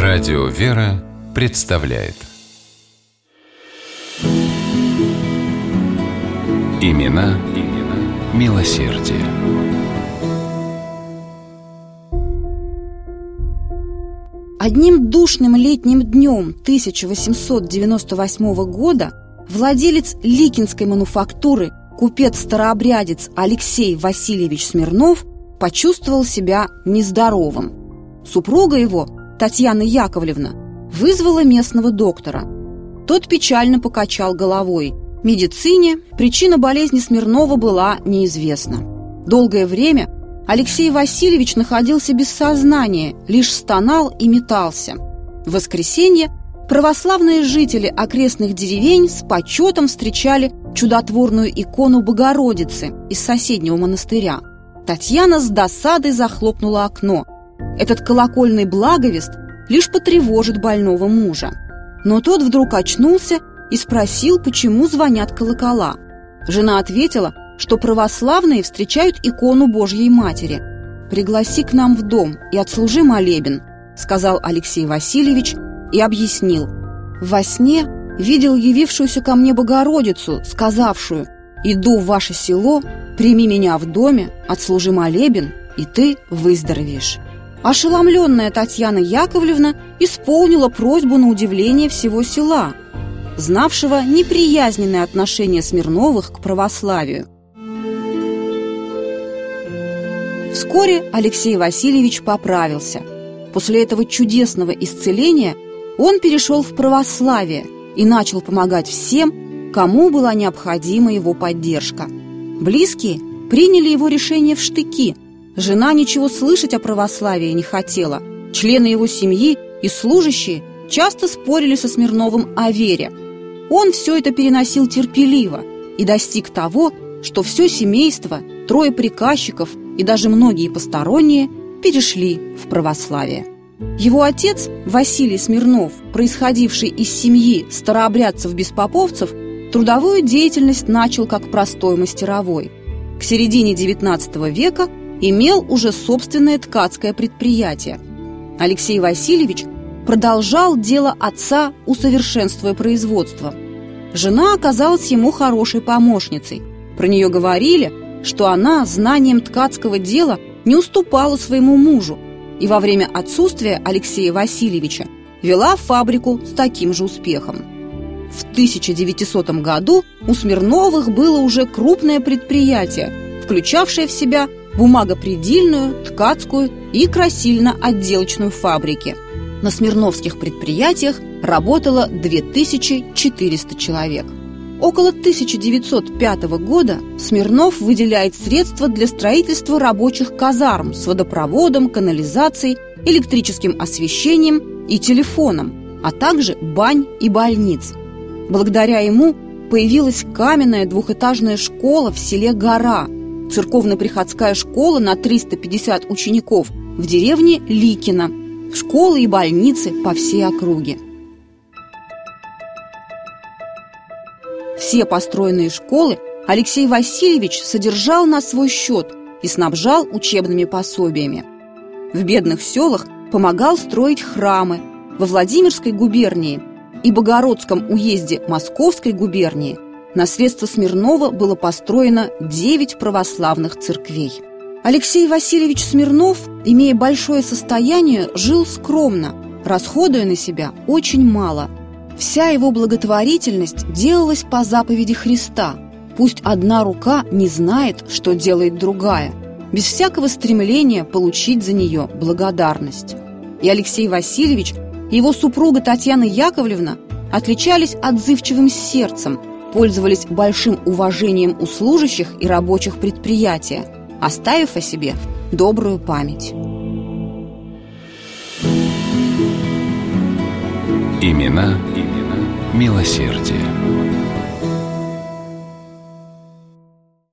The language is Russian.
Радио «Вера» представляет Имена милосердия. Одним душным летним днем 1898 года владелец Ликинской мануфактуры, купец-старообрядец Алексей Васильевич Смирнов почувствовал себя нездоровым. Супруга его, Татьяна Яковлевна, вызвала местного доктора. Тот печально покачал головой. Медицине причина болезни Смирнова была неизвестна. Долгое время Алексей Васильевич находился без сознания, лишь стонал и метался. В воскресенье православные жители окрестных деревень с почетом встречали чудотворную икону Богородицы из соседнего монастыря. Татьяна с досадой захлопнула окно. Этот колокольный благовест лишь потревожит больного мужа. Но тот вдруг очнулся и спросил, почему звонят колокола. Жена ответила, что православные встречают икону Божьей Матери. «Пригласи к нам в дом и отслужи молебен», — сказал Алексей Васильевич и объяснил. «Во сне видел явившуюся ко мне Богородицу, сказавшую: иду в ваше село, прими меня в доме, отслужи молебен, и ты выздоровеешь». Ошеломленная Татьяна Яковлевна исполнила просьбу на удивление всего села, знавшего неприязненное отношение Смирновых к православию. Вскоре Алексей Васильевич поправился. После этого чудесного исцеления он перешел в православие и начал помогать всем, кому была необходима его поддержка. Близкие приняли его решение в штыки. Жена ничего слышать о православии не хотела. Члены его семьи и служащие часто спорили со Смирновым о вере. Он все это переносил терпеливо и достиг того, что все семейство, 3 приказчиков и даже многие посторонние перешли в православие. Его отец, Василий Смирнов, происходивший из семьи старообрядцев-беспоповцев, трудовую деятельность начал как простой мастеровой. К середине XIX века имел уже собственное ткацкое предприятие. Алексей Васильевич продолжал дело отца, усовершенствуя производство. Жена оказалась ему хорошей помощницей. Про нее говорили, что она знанием ткацкого дела не уступала своему мужу, и во время отсутствия Алексея Васильевича вела фабрику с таким же успехом. В 1900 году у Смирновых было уже крупное предприятие, включавшее в себя бумагопредельную, ткацкую и красильно-отделочную фабрики. На смирновских предприятиях работало 2400 человек. Около 1905 года Смирнов выделяет средства для строительства рабочих казарм с водопроводом, канализацией, электрическим освещением и телефоном, а также бань и больниц. Благодаря ему появилась каменная двухэтажная школа в селе Гора, церковно-приходская школа на 350 учеников в деревне Ликино, школы и больницы по всей округе. Все построенные школы Алексей Васильевич содержал на свой счет и снабжал учебными пособиями. В бедных селах помогал строить храмы. Во Владимирской губернии и Богородском уезде Московской губернии на средства Смирнова было построено 9 православных церквей. Алексей Васильевич Смирнов, имея большое состояние, жил скромно, расходуя на себя очень мало. Вся его благотворительность делалась по заповеди Христа: «Пусть одна рука не знает, что делает другая», без всякого стремления получить за нее благодарность. И Алексей Васильевич и его супруга Татьяна Яковлевна отличались отзывчивым сердцем, пользовались большим уважением у служащих и рабочих предприятия, оставив о себе добрую память. Имена милосердия.